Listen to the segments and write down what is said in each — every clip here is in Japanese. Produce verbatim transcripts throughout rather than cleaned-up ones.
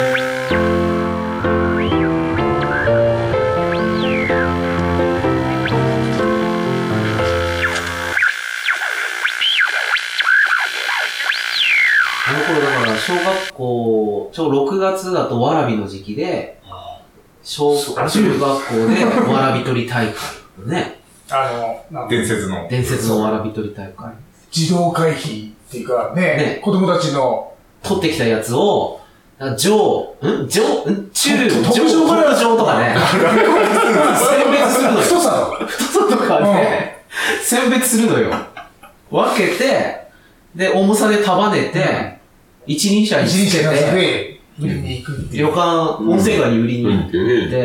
あの頃だから小学校、ちょうどろくがつだとわらびの時期で、小中学校でわらび取り大会ね。 あの、 伝説の。 伝説のわらび取り大会。 自動回避っていうかね、ね子供たちの取ってきたやつを、上、ん上、ん中、上、 特上特上とかね。選別するのよ。 太さの太さとかね、うん、選別するのよ。分けて、で、重さで束ねて、一輪車につけて、 一輪車で売りに行くっていう。 旅館、温泉街に売りに行って、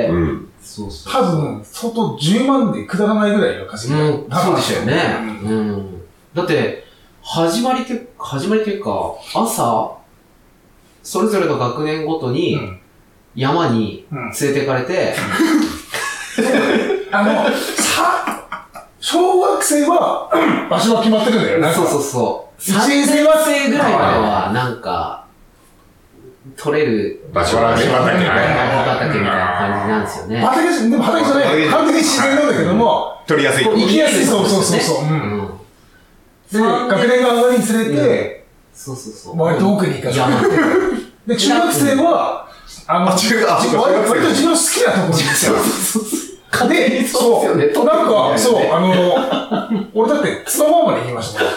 うん。 そうそう。 多分、相当じゅうまんでくだらないぐらいの稼ぎだ。 うん、そうでしたよね。うん。だって、始まりて、始まりというか、朝、それぞれの学年ごとに、山に連れてかれて、 うん、あの、さ、小学生は場所が決まってるんだよね。 そうそうそう。 いちねん生は生ぐらいまでは、なんか、取れる場所が決まったけどね。 畑みたいな感じなんですよね。 畑じゃ、でも畑じゃない。完全に自然なんだけども、 取りやすい。 行きやすい。そうそうそうそう。うん。で、学年が上がりにつれて、 そうそうそう。 割と奥に行かせて。で、中学生は、あの、 中学生割と自分の好きなところに行ってた。で、そう、なんか、そう、あの、俺だって津田ママに言いましたもん。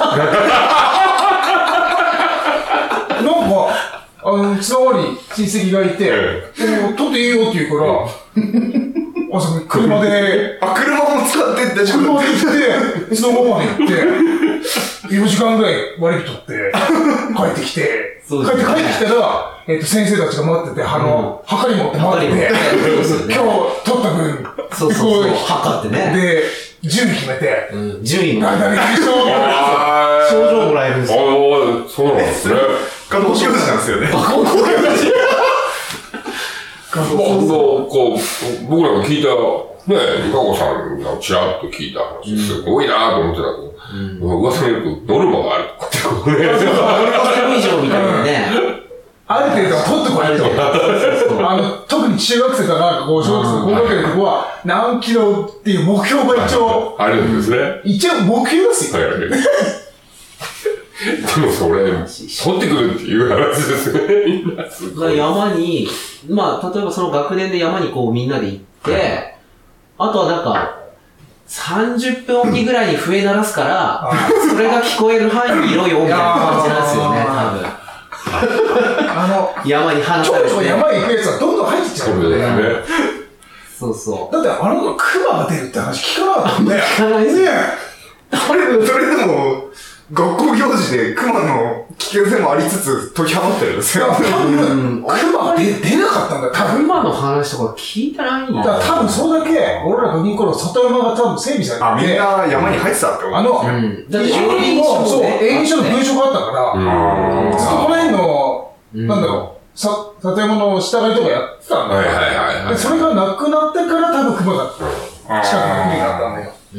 なんか、あの、津田ママに親戚がいて、取っていいよって言うから、あ、そこ車で、 あ、車も使って大丈夫車で行って、津田ママに行って、よじかんぐらい割引取って、帰ってきて、帰って帰ってきたら、えっと、先生たちが待ってて、あの、はかり持って待ってて、今日取った分、 そうそうそう、測ってね。 で、順位決めて、 順位も。 誰々優勝賞状もらえるんですよ。 ああ、そうなんですね。 学校行事なんですよね。 学校行事。 今度、こう、僕らが聞いた、ね、リカコさんがちらっと聞いた話、すごいなと思ってたけど、噂によるとノルマがあるとかってことね。 ひゃく以上みたいなね。 ある程度は取ってこないと。あの、特に中学生とか、こう、小学生、高学年のとこは、何キロっていう目標が一応、 あるんですね。 一応目標ですよ。 はいはい。でもそれ、取ってくるっていう話ですね。 山に、まあ、例えばその学年で山にこうみんなで行って、あとはなんか、さんじゅっぷんおきぐらいに笛鳴らすから、それが聞こえる範囲にいろよ、みたいな感じなんですよね、多分。あの、山に放たれて。 ちょっと山に行くやつはどんどん入ってきちゃうんだよね。 そうそう。 だってあの子、熊が出るって話聞かなかったもんね。 聞かないね。 あれ、それでも、学校行事で熊の危険性もありつつ解き放ってるんですよ。 多分、熊出、出なかったんだよ。多分。 熊の話とか聞いてないんだ。 だから多分それだけ、俺らが銀行の里山が多分整備されてて。 あ、みんな山に入ってたってことあの、 うん。だって、 営利書そう、営利書の文書があったから、そこら辺の、なんだろう、さ、里山の下刈りとかやってたんだよ。 はいはいはいはい。 で、それがなくなってから多分熊が近くの国になったんだよ。 うん。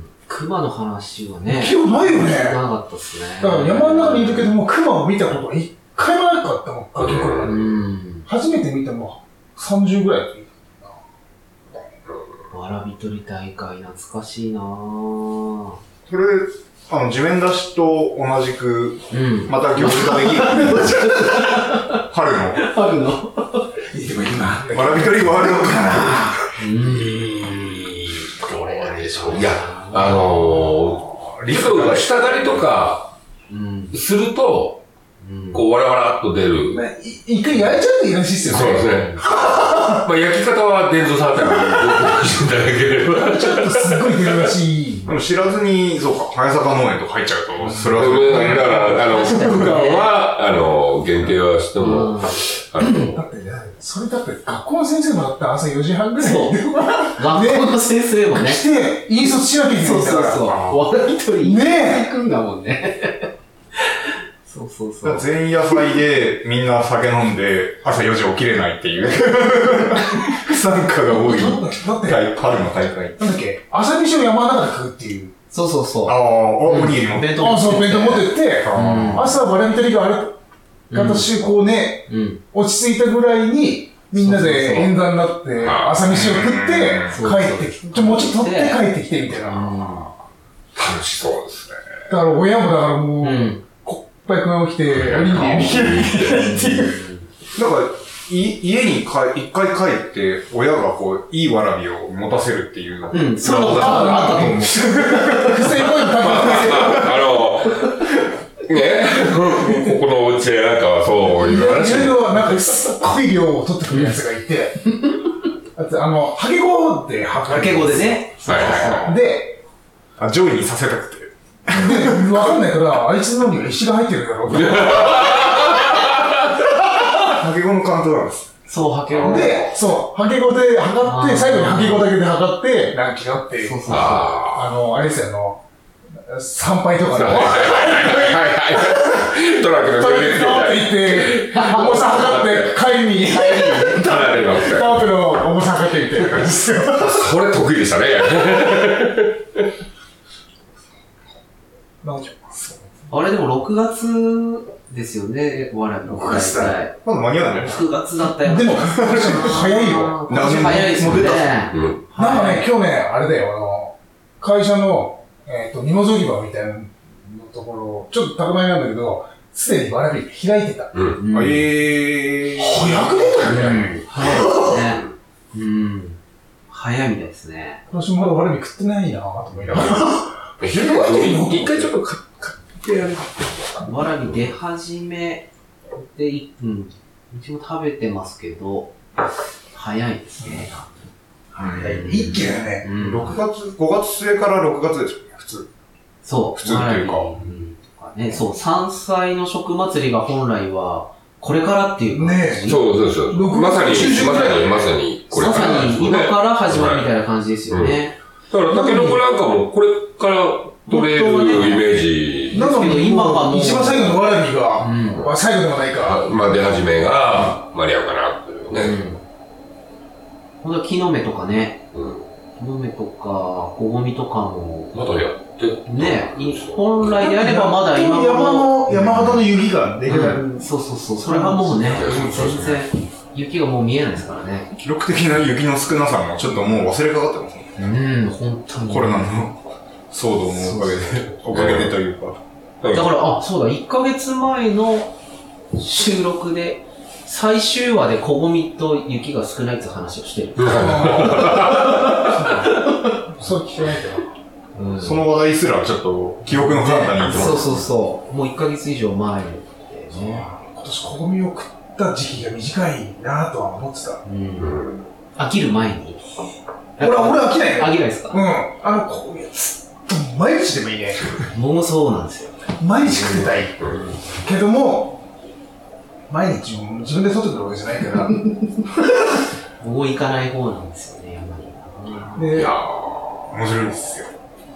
熊の話はね。 記憶ないよね。 なかったっすね。 だから山の中にいるけども、熊を見たことは一回もなかったもん、ガキの頃まで。初めて見たのはさんじゅうぐらいの時だわらび取り大会懐かしいなぁ。 それ、あの、地面出しと同じく、 うん、 また行事ができる。春の。 春の。 でも今、 わらび取りもあるのかな。 うーん。どれでしょう。 いや、あのー、リスクが下刈りとか、すると、こう、わらわらっと出る。 一回焼いちゃうといいらしいっすよね。 そうですね。まあ、焼き方は伝蔵さんあたりにごしていただければ。 ちょっとすっごい出るらしい。 でも知らずに、そうか、早坂農園とか入っちゃうと、それはだから、あの、区間は、あの、限定はしても、 あの、だってね、それだって学校の先生もだって朝よじはんぐらいに。 学校の先生もね。 来て、引率しなきゃいけないんだから。 そうそうそう。わらび取りね行くんだもんね。そうそうそう。 前夜祭でみんな酒飲んで朝よじ起きれないっていう不参加が多い。だって、春の大会。 なんだっけ朝飯を山の中で食うっていう。 そうそうそう。 ああ、おにぎりも。 弁当あ、そう、弁当持ってって、朝バレンタリーがあれ、 形こうね、 うん、 落ち着いたぐらいに、みんなで縁談になって、朝飯を食って、帰ってきて、もうちょっと取って帰ってきてみたいな。 楽しそうですね。 だから親もだからもう、こっぱいくんが起きて、おにぎり見てるっていう。 なんか、い、家にか一回帰って、親がこう、いいわらびを持たせるっていう。 うん、そういうのがあったと思う。不正行為多分あの、ね、ここのお家でなんかそういう話。 いろいろなんかすっごい量を取ってくるやつがいて、あとあの、ハケゴで測る。 ハケゴでね。 はいはいはい。 で、あ、上位にさせたくて。 で、わかんないから、あいつのには石が入ってるだろう。 ハケゴのカウントなんです。 そう、ハケゴで、そう、ハケゴで測って、最後にハケゴだけで測って、何キロって。 そうそうそう。 あの、あれですよ、あの、参拝とかで。 はいはいはい。トラックのトラックって言って、重さ測って、帰りに、 トラックのタープの重さ測ってみたいな感じですよ。 それ得意でしたね。 あれでもろくがつですよね、わらびの大会。まだ間に合わない。 ろくがつだったよ。 でも、早いよ。 今年早いですよね。 なんかね、今日ね、あれだよ、あの、会社の、えっと、荷物置き場みたいなところ、ちょっと高めなんだけど、すでにわらび開いてた。 うん。えー。 早くねえだよね。 早いですね。うん。早いみたいですね。 今年まだわらび食ってないなぁと思いながら。 一回ちょっと買ってやる。 わらび出始めで、うん。うちも食べてますけど、早いですね。 早い。一気だよね。 ろくがつ、ごがつ末からろくがつでしょ、普通。 そう。 普通っていうか。 うんとかね、そう、山菜の食祭りが本来は、これからっていう感じ。 ねそうそうそう。まさに、まさに、まさに、 これから。まさに、今から始まるみたいな感じですよね。 だから、タケノコなんかも、これから取れるイメージ。 なのに、今がもう、一番最後のわらびが、最後でもないか。 まあ、出始めが、間に合うかな、っていうね。 ほんと、木の芽とかね。木の芽とか、こごみとかも。 まだやってね、本来であればまだ今山の、山形の雪が出てる。 そうそうそう。それがもうね、全然、雪がもう見えないですからね。 記録的な雪の少なさもちょっともう忘れかかってますね。 うん、本当に。 コロナの騒動のおかげで、おかげでというか。 だから、あ、そうだ、いっかげつまえの収録で、最終話でこごみと雪が少ないって話をしてる。 そう聞けないけど。 うん、その話題すらちょっと記憶の彼方にいってます。 そうそうそう。もういっかげつ以上前でね。 今年こごみを食った時期が短いなぁとは思ってた。 うん。飽きる前に。 俺は、俺飽きないよ。 飽きないですか？ うん。あの、こごみはずっと毎日でもいいね。 僕もそうなんですよ。 毎日食ってたい。けども、毎日自分で取ってくるわけじゃないから。 僕も行かない方なんですよね、山に。いやー、面白いですよ。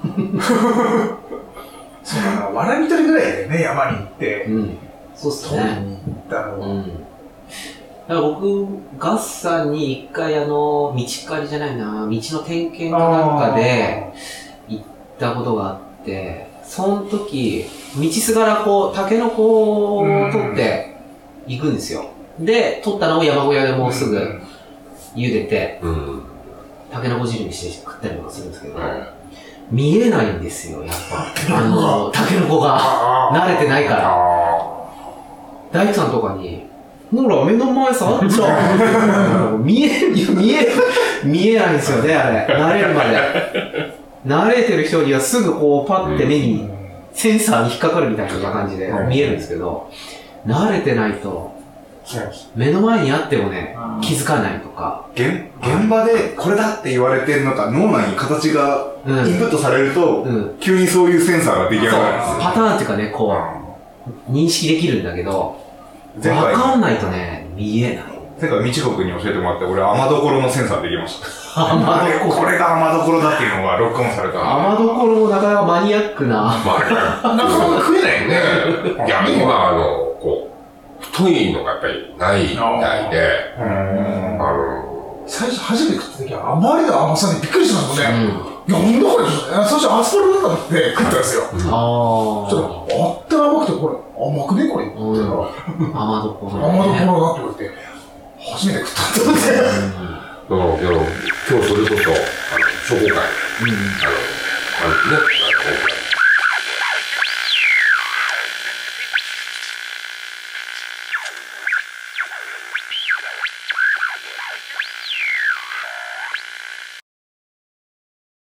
そうだな、わらび取りぐらいだよね、山に行って。 うん。そうっすね。 取りに行ったの。 うん。だから僕、ガッサンに一回あの、道狩りじゃないな、道の点検かなんかで行ったことがあって、その時、道すがらこう、タケノコを取って行くんですよ。で、取ったのを山小屋でもうすぐ茹でて、タケノコ汁にして食ったりとかするんですけど、見えないんですよ、やっぱ。あの、タケノコが慣れてないから。大工さんとかに、ほら、目の前さ、あっちゃん。見え、見え、見えないんですよね、あれ。慣れるまで。慣れてる人にはすぐこう、パッて目に、センサーに引っかかるみたいな感じで見えるんですけど、慣れてないと、目の前にあってもね、気づかないとか。 現、現場でこれだって言われてるのか、脳内に形がインプットされると、うん、急にそういうセンサーが出来上がるんですよ。 パターンっていうかね、こう、認識できるんだけど、わかんないとね、見えない。 前回、みちこくんに教えてもらって、俺、甘どころのセンサーできました。 甘どころこれが甘どころだっていうのがロックオンされた。 甘どころもなかなかマニアックな。 まあ、 なかなか食えないよね。 いや、今、あの、こう、太いのがやっぱりないみたいで、あの、最初初めて食った時はあまりの甘さにびっくりしましたもんね。いや、ほんとこれ、最初アスパラだと思って食ったんですよ。ああ。ちょっと、あって甘くてこれ、 甘くねこれって言ったら、 甘どころ。 甘どころだって言われて、初めて食ったって思って。 だから、今日それこそ、あの、商工会、あの、あのね、